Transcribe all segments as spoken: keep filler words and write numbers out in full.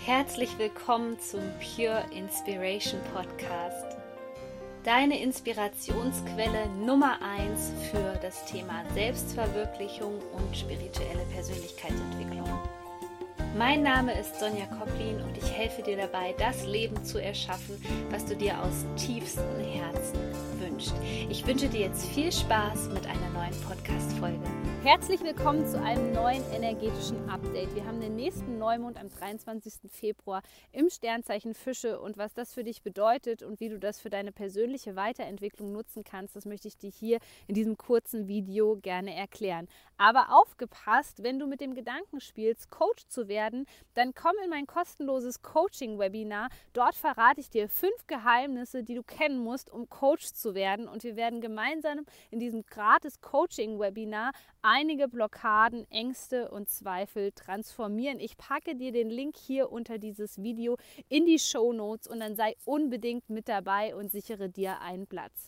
Herzlich willkommen zum Pure Inspiration Podcast. Deine Inspirationsquelle Nummer eins für das Thema Selbstverwirklichung und spirituelle Persönlichkeitsentwicklung. Mein Name ist Sonja Kopplin und ich helfe dir dabei, das Leben zu erschaffen, was du dir aus tiefstem Herzen wünschst. Ich wünsche dir jetzt viel Spaß mit einer neuen Podcast-Folge. Herzlich willkommen zu einem neuen energetischen Update. Wir haben den nächsten Neumond am dreiundzwanzigsten Februar im Sternzeichen Fische und was das für dich bedeutet und wie du das für deine persönliche Weiterentwicklung nutzen kannst, das möchte ich dir hier in diesem kurzen Video gerne erklären. Aber aufgepasst, wenn du mit dem Gedanken spielst, Coach zu werden, dann komm in mein kostenloses Coaching-Webinar. Dort verrate ich dir fünf Geheimnisse, die du kennen musst, um Coach zu werden. Und wir werden gemeinsam in diesem gratis Coaching-Webinar einige Blockaden, Ängste und Zweifel transformieren. Ich packe dir den Link hier unter dieses Video in die Shownotes und dann sei unbedingt mit dabei und sichere dir einen Platz.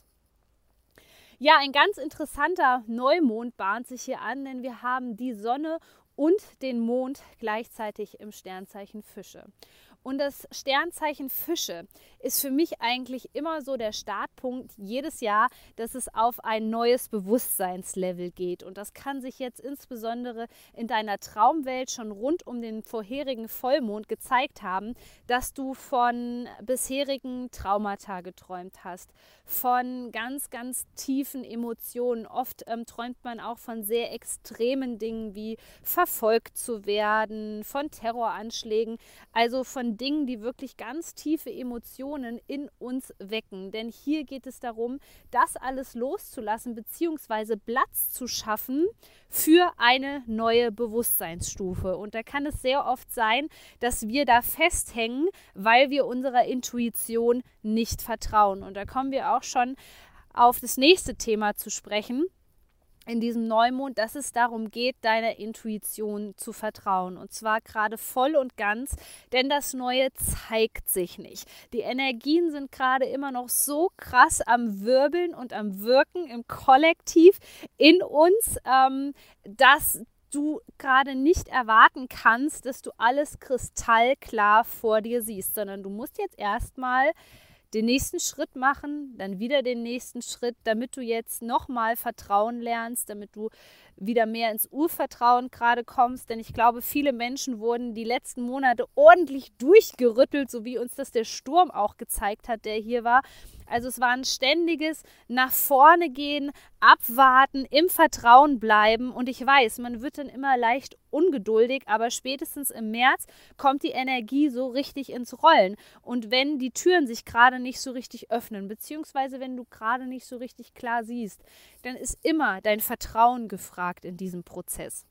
Ja, ein ganz interessanter Neumond bahnt sich hier an, denn wir haben die Sonne und den Mond gleichzeitig im Sternzeichen Fische. Und das Sternzeichen Fische ist für mich eigentlich immer so der Startpunkt jedes Jahr, dass es auf ein neues Bewusstseinslevel geht. Und das kann sich jetzt insbesondere in deiner Traumwelt schon rund um den vorherigen Vollmond gezeigt haben, dass du von bisherigen Traumata geträumt hast, von ganz, ganz tiefen Emotionen. Oft ähm, träumt man auch von sehr extremen Dingen wie verfolgt zu werden, von Terroranschlägen, also von Dingen, die wirklich ganz tiefe Emotionen in uns wecken. Denn hier geht es darum, das alles loszulassen bzw. Platz zu schaffen für eine neue Bewusstseinsstufe. Und da kann es sehr oft sein, dass wir da festhängen, weil wir unserer Intuition nicht vertrauen. Und da kommen wir auch schon auf das nächste Thema zu sprechen in diesem Neumond, dass es darum geht, deiner Intuition zu vertrauen. Und zwar gerade voll und ganz, denn das Neue zeigt sich nicht. Die Energien sind gerade immer noch so krass am Wirbeln und am Wirken im Kollektiv in uns, ähm, dass du gerade nicht erwarten kannst, dass du alles kristallklar vor dir siehst, sondern du musst jetzt erstmal den nächsten Schritt machen, dann wieder den nächsten Schritt, damit du jetzt nochmal Vertrauen lernst, damit du wieder mehr ins Urvertrauen gerade kommst. Denn ich glaube, viele Menschen wurden die letzten Monate ordentlich durchgerüttelt, so wie uns das der Sturm auch gezeigt hat, der hier war. Also es war ein ständiges nach vorne gehen, abwarten, im Vertrauen bleiben. Und ich weiß, man wird dann immer leicht ungeduldig, aber spätestens im März kommt die Energie so richtig ins Rollen. Und wenn die Türen sich gerade nicht so richtig öffnen, beziehungsweise wenn du gerade nicht so richtig klar siehst, dann ist immer dein Vertrauen gefragt in diesem Prozess.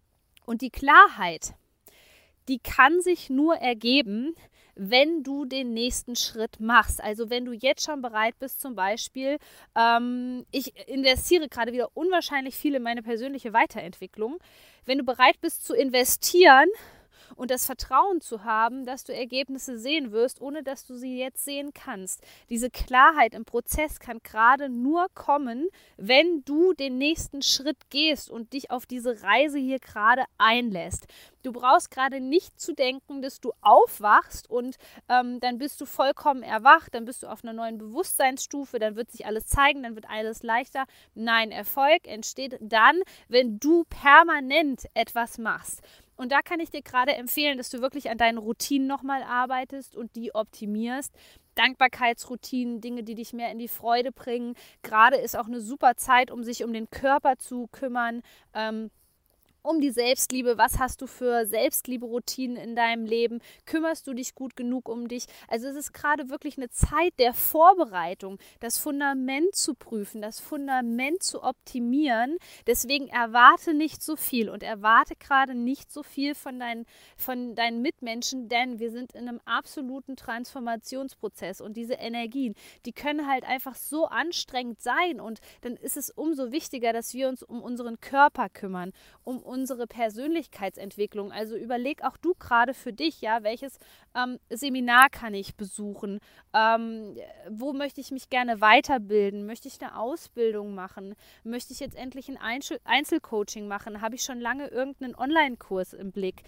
Und die Klarheit, die kann sich nur ergeben, wenn du den nächsten Schritt machst. Also wenn du jetzt schon bereit bist, zum Beispiel, ähm, ich investiere gerade wieder unwahrscheinlich viel in meine persönliche Weiterentwicklung, wenn du bereit bist zu investieren und das Vertrauen zu haben, dass du Ergebnisse sehen wirst, ohne dass du sie jetzt sehen kannst. Diese Klarheit im Prozess kann gerade nur kommen, wenn du den nächsten Schritt gehst und dich auf diese Reise hier gerade einlässt. Du brauchst gerade nicht zu denken, dass du aufwachst und ähm, dann bist du vollkommen erwacht, dann bist du auf einer neuen Bewusstseinsstufe, dann wird sich alles zeigen, dann wird alles leichter. Nein, Erfolg entsteht dann, wenn du permanent etwas machst. Und da kann ich dir gerade empfehlen, dass du wirklich an deinen Routinen nochmal arbeitest und die optimierst. Dankbarkeitsroutinen, Dinge, die dich mehr in die Freude bringen. Gerade ist auch eine super Zeit, um sich um den Körper zu kümmern, ähm, um die Selbstliebe. Was hast du für Selbstliebe-Routinen in deinem Leben? Kümmerst du dich gut genug um dich? Also es ist gerade wirklich eine Zeit der Vorbereitung, das Fundament zu prüfen, das Fundament zu optimieren. Deswegen erwarte nicht so viel und erwarte gerade nicht so viel von deinen, von deinen Mitmenschen, denn wir sind in einem absoluten Transformationsprozess und diese Energien, die können halt einfach so anstrengend sein und dann ist es umso wichtiger, dass wir uns um unseren Körper kümmern, um unsere Persönlichkeitsentwicklung. Also überleg auch du gerade für dich, ja, welches ähm, Seminar kann ich besuchen? Ähm, wo möchte ich mich gerne weiterbilden? Möchte ich eine Ausbildung machen? Möchte ich jetzt endlich ein Einzel- Einzelcoaching machen? Habe ich schon lange irgendeinen Online-Kurs im Blick?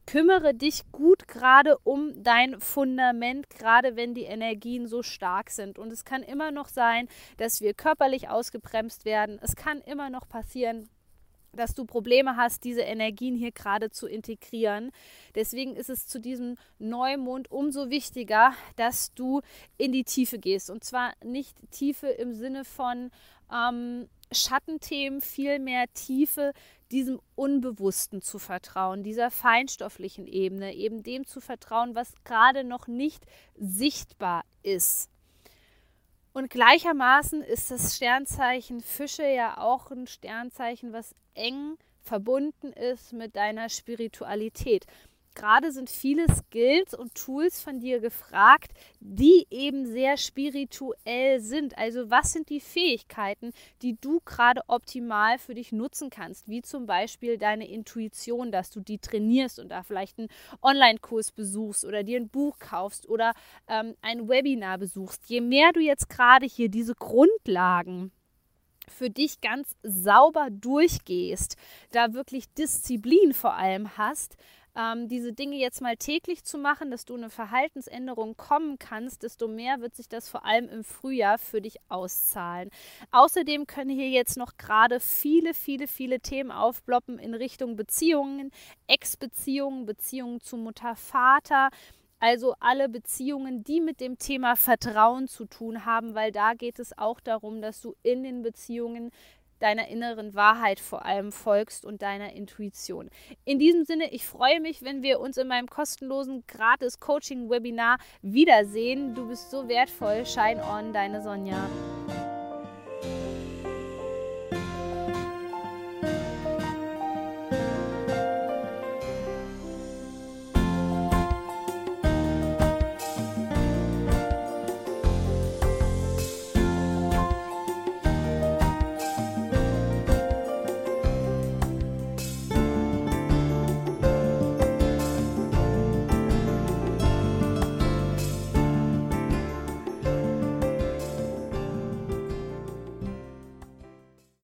Kümmere dich gut gerade um dein Fundament, gerade wenn die Energien so stark sind. Und es kann immer noch sein, dass wir körperlich ausgebremst werden. Es kann immer noch passieren, dass du Probleme hast, diese Energien hier gerade zu integrieren. Deswegen ist es zu diesem Neumond umso wichtiger, dass du in die Tiefe gehst. Und zwar nicht Tiefe im Sinne von ähm, Schattenthemen, vielmehr Tiefe, diesem Unbewussten zu vertrauen, dieser feinstofflichen Ebene, eben dem zu vertrauen, was gerade noch nicht sichtbar ist. Und gleichermaßen ist das Sternzeichen Fische ja auch ein Sternzeichen, was eng verbunden ist mit deiner Spiritualität. Gerade sind viele Skills und Tools von dir gefragt, die eben sehr spirituell sind. Also was sind die Fähigkeiten, die du gerade optimal für dich nutzen kannst? Wie zum Beispiel deine Intuition, dass du die trainierst und da vielleicht einen Online-Kurs besuchst oder dir ein Buch kaufst oder ähm, ein Webinar besuchst. Je mehr du jetzt gerade hier diese Grundlagen für dich ganz sauber durchgehst, da wirklich Disziplin vor allem hast, ähm, diese Dinge jetzt mal täglich zu machen, dass du eine Verhaltensänderung kommen kannst, desto mehr wird sich das vor allem im Frühjahr für dich auszahlen. Außerdem können hier jetzt noch gerade viele, viele, viele Themen aufploppen in Richtung Beziehungen, Ex-Beziehungen, Beziehungen zu Mutter, Vater, also alle Beziehungen, die mit dem Thema Vertrauen zu tun haben, weil da geht es auch darum, dass du in den Beziehungen deiner inneren Wahrheit vor allem folgst und deiner Intuition. In diesem Sinne, ich freue mich, wenn wir uns in meinem kostenlosen Gratis-Coaching-Webinar wiedersehen. Du bist so wertvoll. Shine on, deine Sonja.